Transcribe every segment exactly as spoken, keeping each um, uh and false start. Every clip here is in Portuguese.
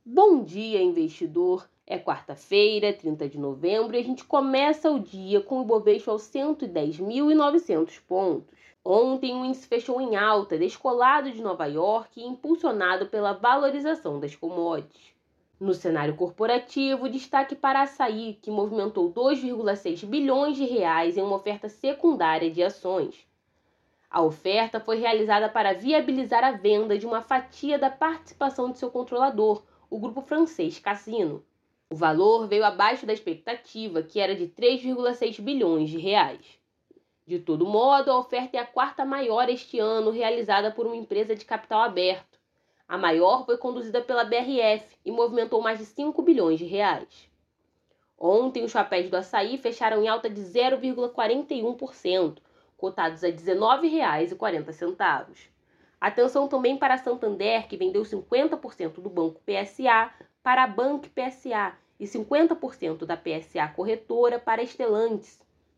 Bom dia, investidor! É quarta-feira, trinta de novembro, e a gente começa o dia com o Ibovespa aos cento e dez mil e novecentos pontos. Ontem o índice fechou em alta, descolado de Nova York e impulsionado pela valorização das commodities. No cenário corporativo, destaque para a Assaí, que movimentou dois vírgula seis bilhões de reais em uma oferta secundária de ações. A oferta foi realizada para viabilizar a venda de uma fatia da participação de seu controlador, o grupo francês Casino. O valor veio abaixo da expectativa, que era de três vírgula seis bilhões de reais. De todo modo, a oferta é a quarta maior este ano, realizada por uma empresa de capital aberto. A maior foi conduzida pela B R F e movimentou mais de cinco bilhões de reais. Ontem, os papéis do Assaí fecharam em alta de zero vírgula quarenta e um por cento, cotados a dezenove reais e quarenta centavos. Atenção também para a Santander, que vendeu cinquenta por cento do Banco P S A para a Bank P S A e cinquenta por cento da P S A Corretora para a Stellantis.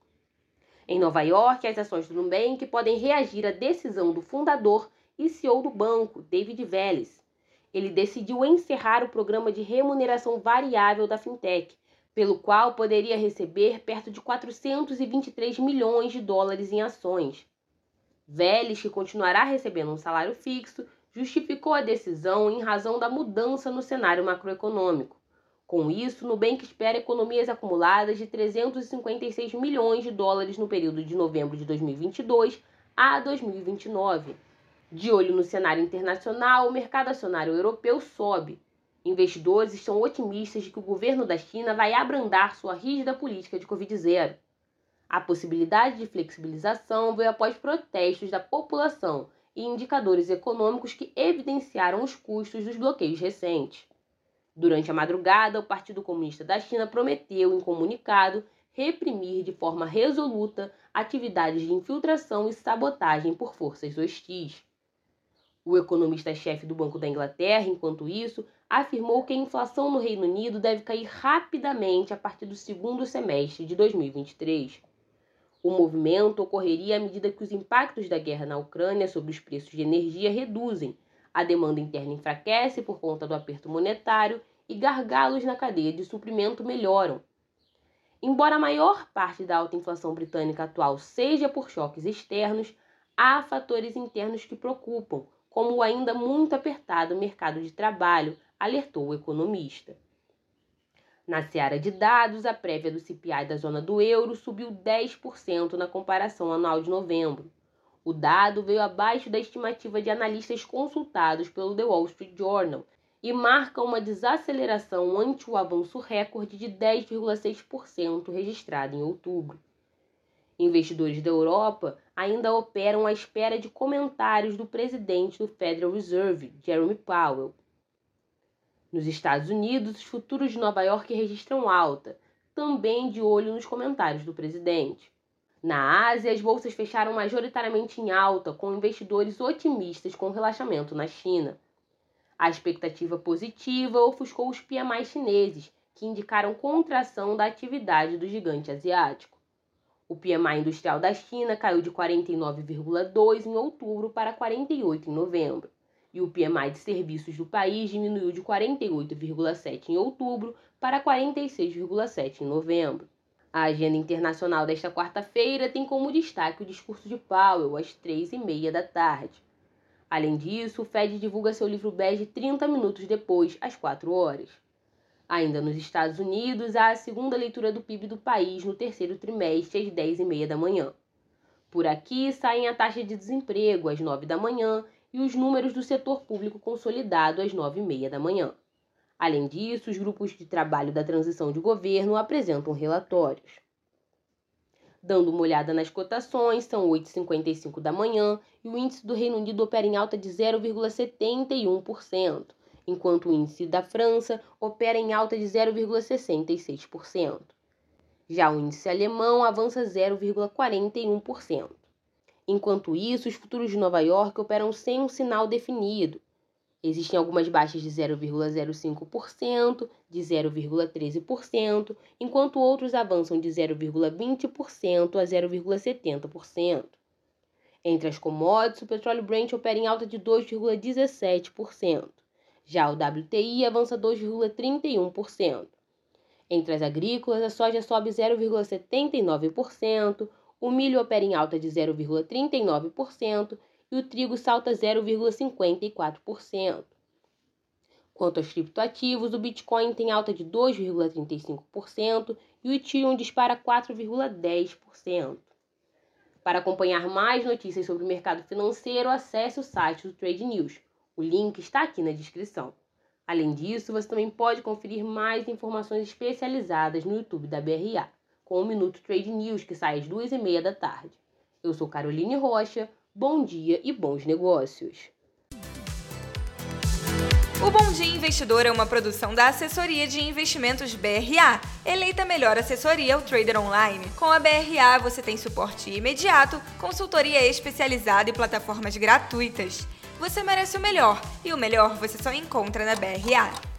Em Nova York, as ações do Nubank podem reagir à decisão do fundador e C E O do banco, David Vélez. Ele decidiu encerrar o programa de remuneração variável da fintech, pelo qual poderia receber perto de quatrocentos e vinte e três milhões de dólares em ações. Vélez, que continuará recebendo um salário fixo, justificou a decisão em razão da mudança no cenário macroeconômico. Com isso, Nubank espera economias acumuladas de trezentos e cinquenta e seis milhões de dólares no período de novembro de dois mil e vinte e dois a dois mil e vinte e nove. De olho no cenário internacional, o mercado acionário europeu sobe. Investidores estão otimistas de que o governo da China vai abrandar sua rígida política de Covid zero. A possibilidade de flexibilização veio após protestos da população e indicadores econômicos que evidenciaram os custos dos bloqueios recentes. Durante a madrugada, o Partido Comunista da China prometeu, em comunicado, reprimir de forma resoluta atividades de infiltração e sabotagem por forças hostis. O economista-chefe do Banco da Inglaterra, enquanto isso, afirmou que a inflação no Reino Unido deve cair rapidamente a partir do segundo semestre de dois mil e vinte e três. O movimento ocorreria à medida que os impactos da guerra na Ucrânia sobre os preços de energia reduzem, a demanda interna enfraquece por conta do aperto monetário e gargalos na cadeia de suprimento melhoram. Embora a maior parte da alta inflação britânica atual seja por choques externos, há fatores internos que preocupam, como o ainda muito apertado mercado de trabalho, alertou o economista. Na seara de dados, a prévia do C P I da zona do euro subiu dez por cento na comparação anual de novembro. O dado veio abaixo da estimativa de analistas consultados pelo The Wall Street Journal e marca uma desaceleração ante o avanço recorde de dez vírgula seis por cento registrado em outubro. Investidores da Europa ainda operam à espera de comentários do presidente do Federal Reserve, Jerome Powell. Nos Estados Unidos, os futuros de Nova York registram alta, também de olho nos comentários do presidente. Na Ásia, as bolsas fecharam majoritariamente em alta, com investidores otimistas com o relaxamento na China. A expectativa positiva ofuscou os P M Is chineses, que indicaram contração da atividade do gigante asiático. O P M I industrial da China caiu de quarenta e nove vírgula dois em outubro para quarenta e oito em novembro. E o P M I de serviços do país diminuiu de quarenta e oito vírgula sete em outubro para quarenta e seis vírgula sete em novembro. A agenda internacional desta quarta-feira tem como destaque o discurso de Powell, às três e meia da tarde. Além disso, o Fed divulga seu livro bege trinta minutos depois, às quatro horas. Ainda nos Estados Unidos, há a segunda leitura do P I B do país no terceiro trimestre, às dez e meia da manhã. Por aqui, saem a taxa de desemprego, às nove da manhã, e os números do setor público consolidado às nove e meia da manhã. Além disso, os grupos de trabalho da transição de governo apresentam relatórios. Dando uma olhada nas cotações, são oito e cinquenta e cinco da manhã e o índice do Reino Unido opera em alta de zero vírgula setenta e um por cento, enquanto o índice da França opera em alta de zero vírgula sessenta e seis por cento. Já o índice alemão avança zero vírgula quarenta e um por cento. Enquanto isso, os futuros de Nova York operam sem um sinal definido. Existem algumas baixas de zero vírgula zero cinco por cento, de zero vírgula treze por cento, enquanto outros avançam de zero vírgula vinte por cento a zero vírgula setenta por cento. Entre as commodities, o petróleo Brent opera em alta de dois vírgula dezessete por cento. Já o W T I avança dois vírgula trinta e um por cento. Entre as agrícolas, a soja sobe zero vírgula setenta e nove por cento, o milho opera em alta de zero vírgula trinta e nove por cento e o trigo salta zero vírgula cinquenta e quatro por cento. Quanto aos criptoativos, o Bitcoin tem alta de dois vírgula trinta e cinco por cento e o Ethereum dispara quatro vírgula dez por cento. Para acompanhar mais notícias sobre o mercado financeiro, acesse o site do Trade News. O link está aqui na descrição. Além disso, você também pode conferir mais informações especializadas no YouTube da B R A, com o Minuto Trade News, que sai às duas e meia da tarde. Eu sou Caroline Rocha, bom dia e bons negócios! O Bom Dia Investidor é uma produção da Assessoria de Investimentos B R A, eleita a melhor assessoria ao trader online. Com a B R A você tem suporte imediato, consultoria especializada e plataformas gratuitas. Você merece o melhor, e o melhor você só encontra na B R A.